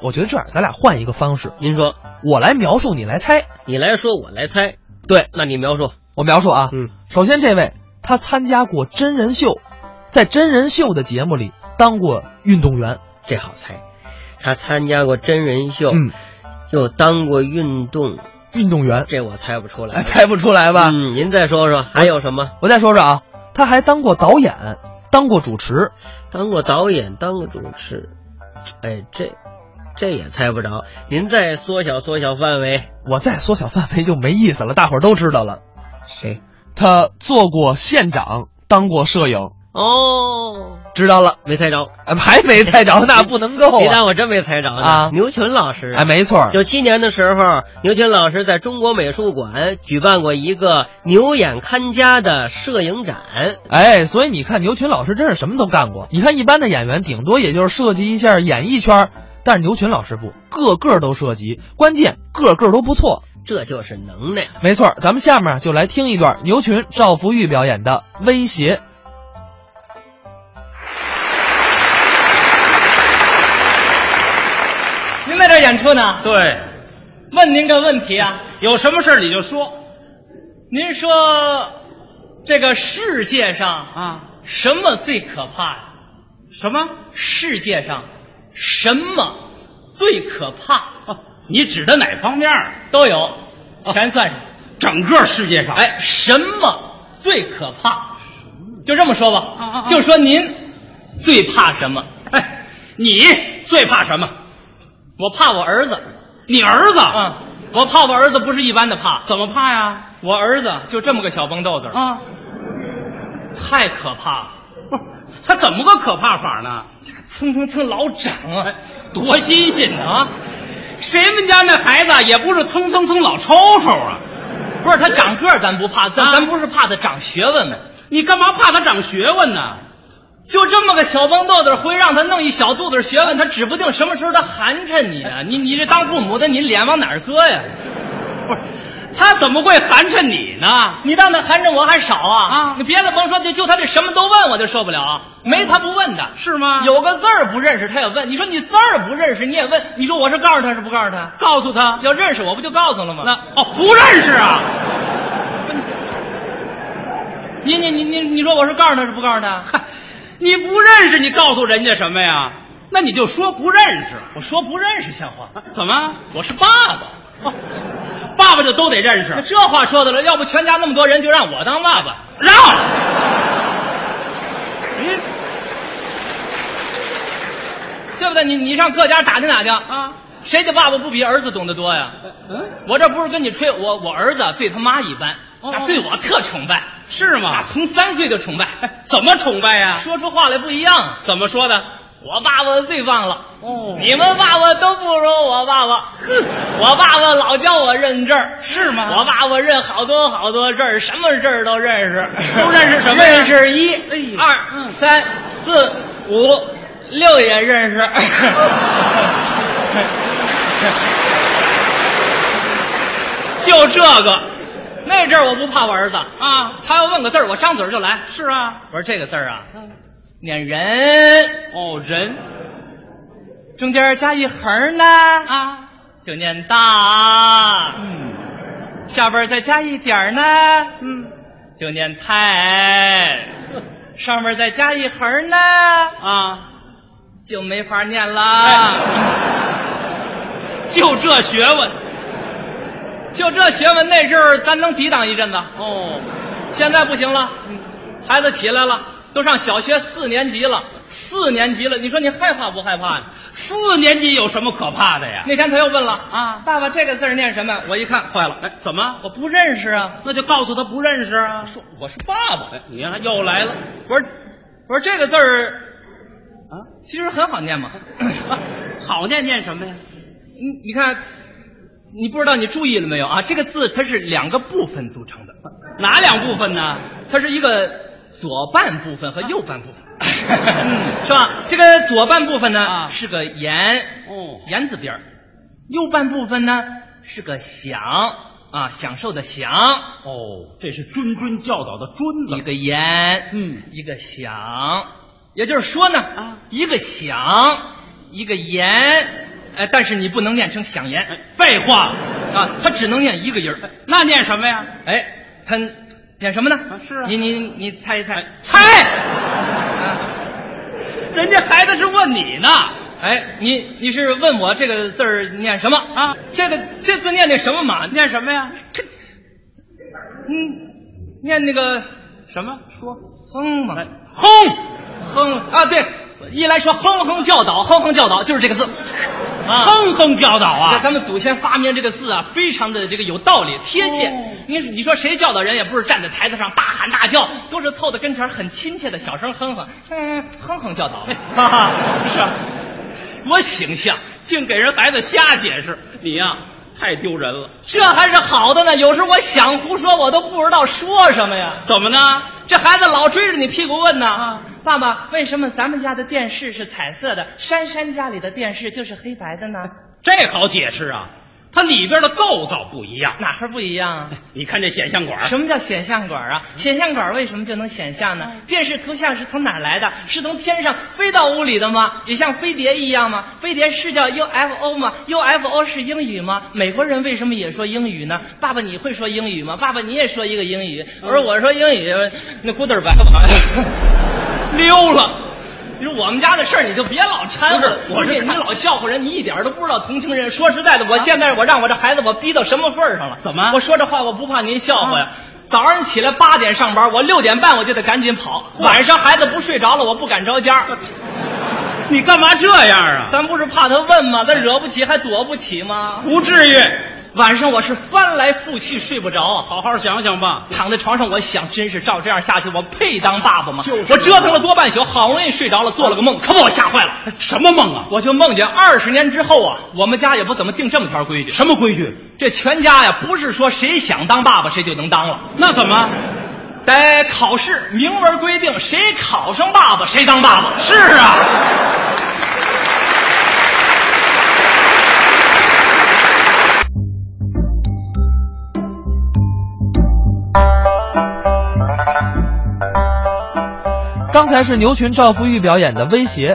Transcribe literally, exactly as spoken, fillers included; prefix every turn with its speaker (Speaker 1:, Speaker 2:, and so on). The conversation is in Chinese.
Speaker 1: 我觉得这样，咱俩换一个方式。
Speaker 2: 您说，
Speaker 1: 我来描述，你来猜。
Speaker 2: 你来说，我来猜。
Speaker 1: 对，
Speaker 2: 那你描述。
Speaker 1: 我描述啊。
Speaker 2: 嗯，
Speaker 1: 首先这位他参加过真人秀，在真人秀的节目里当过运动员。
Speaker 2: 这好猜，他参加过真人秀，
Speaker 1: 嗯，
Speaker 2: 又当过运动
Speaker 1: 运动员，
Speaker 2: 这我猜不出来。
Speaker 1: 哎，猜不出来吧？
Speaker 2: 嗯，您再说说还有什么？
Speaker 1: 我再说说啊，他还当过导演，当过主持，
Speaker 2: 当过导演，当过主持。哎，这这也猜不着。您再缩小缩小范围。
Speaker 1: 我再缩小范围就没意思了，大伙儿都知道了。
Speaker 2: 谁？
Speaker 1: 他做过县长，当过摄影。
Speaker 2: 哦，
Speaker 1: 知道了，
Speaker 2: 没猜着，
Speaker 1: 哎，还没猜着，那不能够啊！
Speaker 2: 你当我真没猜着呢
Speaker 1: 啊！
Speaker 2: 牛群老师，
Speaker 1: 哎，没错，
Speaker 2: 九七年的时候，牛群老师在中国美术馆举办过一个牛眼看家的摄影展。
Speaker 1: 哎，所以你看，牛群老师真是什么都干过。你看，一般的演员顶多也就是涉及一下演艺圈，但是牛群老师不，个个都涉及，关键个个都不错。
Speaker 2: 这就是能耐。
Speaker 1: 没错，咱们下面就来听一段牛群、赵福玉表演的《威胁》。
Speaker 3: 您在这演出呢？
Speaker 4: 对，
Speaker 3: 问您个问题啊，
Speaker 4: 有什么事你就说。
Speaker 3: 您说这个世界上
Speaker 4: 啊，
Speaker 3: 什么最可怕呀？
Speaker 4: 什么？
Speaker 3: 世界上什么最可怕？
Speaker 4: 哦，你指的哪方面？
Speaker 3: 都有，全算上。
Speaker 4: 整个世界上，
Speaker 3: 哎，什么最可怕？就这么说吧，
Speaker 4: 啊啊啊
Speaker 3: 就说您最怕什么？
Speaker 4: 哎，你最怕什么？
Speaker 3: 我怕我儿子。
Speaker 4: 你儿子？
Speaker 3: 嗯，我怕我儿子不是一般的怕。
Speaker 4: 怎么怕呀？
Speaker 3: 我儿子就这么个小蹦豆子
Speaker 4: 啊，
Speaker 3: 太可怕了。
Speaker 4: 不是，他怎么个可怕法呢？
Speaker 3: 蹭蹭蹭老长啊，
Speaker 4: 多新鲜呢啊！谁们家那孩子也不是蹭蹭蹭老抽抽啊？
Speaker 3: 不是他长个儿咱不怕，咱、
Speaker 4: 啊、
Speaker 3: 咱不是怕他长学问吗？
Speaker 4: 你干嘛怕他长学问呢？
Speaker 3: 就这么个小蹦豆子，会让他弄一小肚子学问，他指不定什么时候他寒碜你啊！你你这当父母的，你脸往哪儿搁呀？
Speaker 4: 不是，他怎么会寒碜你呢？
Speaker 3: 你当他寒碜我还少啊！
Speaker 4: 啊，
Speaker 3: 你别的甭说，就就他这什么都问，我就受不了啊！没他不问的，
Speaker 4: 是吗？
Speaker 3: 有个字儿不认识他也问，你说你字儿不认识你也问，你说我是告诉他是不告诉他？
Speaker 4: 告诉他，
Speaker 3: 要认识我不就告诉了吗？
Speaker 4: 那哦，不认识啊！
Speaker 3: 你你你你你说我是告诉他是不告诉他？
Speaker 4: 你不认识，你告诉人家什么呀？那你就说不认识。
Speaker 3: 我说不认识像话？
Speaker 4: 怎么？
Speaker 3: 我是爸爸。
Speaker 4: 哦，爸爸就都得认识。
Speaker 3: 这话说的了，要不全家那么多人就让我当爸爸。
Speaker 4: 让。
Speaker 3: 你对不对？你你上各家打听打听
Speaker 4: 啊，
Speaker 3: 谁家爸爸不比儿子懂得多呀？
Speaker 4: 嗯，
Speaker 3: 我这不是跟你吹，我我儿子对他妈一般，
Speaker 4: 哦、
Speaker 3: 那对我特崇拜。
Speaker 4: 是吗？
Speaker 3: 从三岁就崇拜。
Speaker 4: 怎么崇拜呀？
Speaker 3: 说出话来不一样。
Speaker 4: 怎么说的？
Speaker 3: 我爸爸最棒了。
Speaker 4: 哦，
Speaker 3: 你们爸爸都不如我爸爸。哼，我爸爸老教我认字儿。
Speaker 4: 是吗？
Speaker 3: 我爸爸认好多好多字儿，什么字儿都认识。
Speaker 4: 都认识什么？
Speaker 3: 认识一、
Speaker 4: 哎、
Speaker 3: 二、
Speaker 4: 嗯、
Speaker 3: 三、四、五、六也认识。就这个。那阵儿我不怕我儿子
Speaker 4: 啊，
Speaker 3: 他要问个字儿，我张嘴就来。
Speaker 4: 是啊，
Speaker 3: 我说这个字儿啊，念人。
Speaker 4: 哦，人，
Speaker 3: 中间加一横呢
Speaker 4: 啊，
Speaker 3: 就念大。
Speaker 4: 嗯，
Speaker 3: 下边再加一点呢，
Speaker 4: 嗯，
Speaker 3: 就念太。上面再加一横呢，
Speaker 4: 啊，
Speaker 3: 就没法念了。哎、
Speaker 4: 就这学问。
Speaker 3: 就这学问，那阵儿咱能抵挡一阵子
Speaker 4: 哦，
Speaker 3: 现在不行了。孩子起来了，都上小学四年级了，四年级了，你说你害怕不害怕呢？
Speaker 4: 四年级有什么可怕的呀？
Speaker 3: 那天他又问了
Speaker 4: 啊，
Speaker 3: 爸爸这个字念什么？我一看坏了，
Speaker 4: 哎，怎么？
Speaker 3: 我不认识啊。
Speaker 4: 那就告诉他不认识啊。
Speaker 3: 说我是爸爸。
Speaker 4: 哎，你看又来了。
Speaker 3: 我说我说这个字儿啊，其实很好念嘛。
Speaker 4: 好念念什么呀？
Speaker 3: 你你看。你不知道你注意了没有啊？这个字它是两个部分组成的，
Speaker 4: 哪两部分呢？
Speaker 3: 它是一个左半部分和右半部分，嗯、是吧？这个左半部分呢、啊、是个言，
Speaker 4: 哦，
Speaker 3: 言字边，右半部分呢是个享啊，享受的享。
Speaker 4: 哦，这是谆谆教导的谆字，
Speaker 3: 一个言，
Speaker 4: 嗯，
Speaker 3: 一个享，也就是说呢，
Speaker 4: 啊，
Speaker 3: 一个享，一个言。 哎，但是你不能念成响言。
Speaker 4: 废话
Speaker 3: 啊，他只能念一个音儿。
Speaker 4: 那念什么呀？
Speaker 3: 哎，他念什么呢？
Speaker 4: 啊是啊
Speaker 3: 你你你猜一猜。
Speaker 4: 猜。
Speaker 3: 啊，
Speaker 4: 人家孩子是问你呢。
Speaker 3: 哎，你你是问我这个字儿念什么
Speaker 4: 啊？
Speaker 3: 这个这字念那什么嘛？
Speaker 4: 念什么呀？
Speaker 3: 这，嗯，念那个
Speaker 4: 什么？说
Speaker 3: 哼嘛，
Speaker 4: 哼
Speaker 3: 哼啊，对，一来说哼哼教导，哼哼教导就是这个字。啊，
Speaker 4: 哼哼教导啊！
Speaker 3: 这咱们祖先发明这个字啊，非常的这个有道理、贴切。
Speaker 4: 哦
Speaker 3: 你你说谁教导人，也不是站在台子上大喊大叫，都是凑到跟前很亲切的小声哼哼，嗯，哼哼教导。
Speaker 4: 哈哈，是啊，多形象，净给人孩子瞎解释，你呀、太丢人了。
Speaker 3: 这还是好的呢，有时我想胡说，我都不知道说什么呀。
Speaker 4: 怎么呢？
Speaker 3: 这孩子老追着你屁股问呢，
Speaker 4: 啊
Speaker 3: 爸爸，为什么咱们家的电视是彩色的，珊珊家里的电视就是黑白的呢？
Speaker 4: 这好解释啊，它里边的构造不一样。
Speaker 3: 哪块不一样啊？
Speaker 4: 你看这显像管，
Speaker 3: 什么叫显像管啊？显像管为什么就能显像呢？电视图像是从哪儿来的？是从天上飞到屋里的吗？也像飞碟一样吗？飞碟是叫 U F O 吗 ？U F O 是英语吗？美国人为什么也说英语呢？爸爸，你会说英语吗？爸爸，你也说一个英语。我说我说英语，那咕嘚儿白吧，溜了。你说我们家的事儿，你就别老掺和。
Speaker 4: 我是
Speaker 3: 你老笑话人，你一点都不知道同情人。说实在的，我现在我让我这孩子我逼到什么份儿上了？
Speaker 4: 怎么
Speaker 3: 我说这话我不怕您笑话呀？早上起来八点上班，我六点半我就得赶紧跑。晚上孩子不睡着了，我不敢着家。
Speaker 4: 你干嘛这样啊？
Speaker 3: 咱不是怕他问吗？咱惹不起还躲不起吗？
Speaker 4: 不至于，
Speaker 3: 晚上我是翻来覆去睡不着，
Speaker 4: 好好想想吧。
Speaker 3: 躺在床上我想，真是照这样下去，我配当爸爸吗？
Speaker 4: 就是
Speaker 3: 我折腾了多半宿，好容易睡着了，做了个梦，可把我吓坏了。
Speaker 4: 什么梦啊？
Speaker 3: 我就梦见二十年之后啊，我们家也不怎么定这么条规矩。
Speaker 4: 什么规矩？
Speaker 3: 这全家呀，不是说谁想当爸爸谁就能当了，
Speaker 4: 那怎么？
Speaker 3: 得考试，明文规定，谁考上爸爸谁当爸爸。
Speaker 4: 是啊。
Speaker 1: 刚才是牛群、赵福玉表演的《威胁》。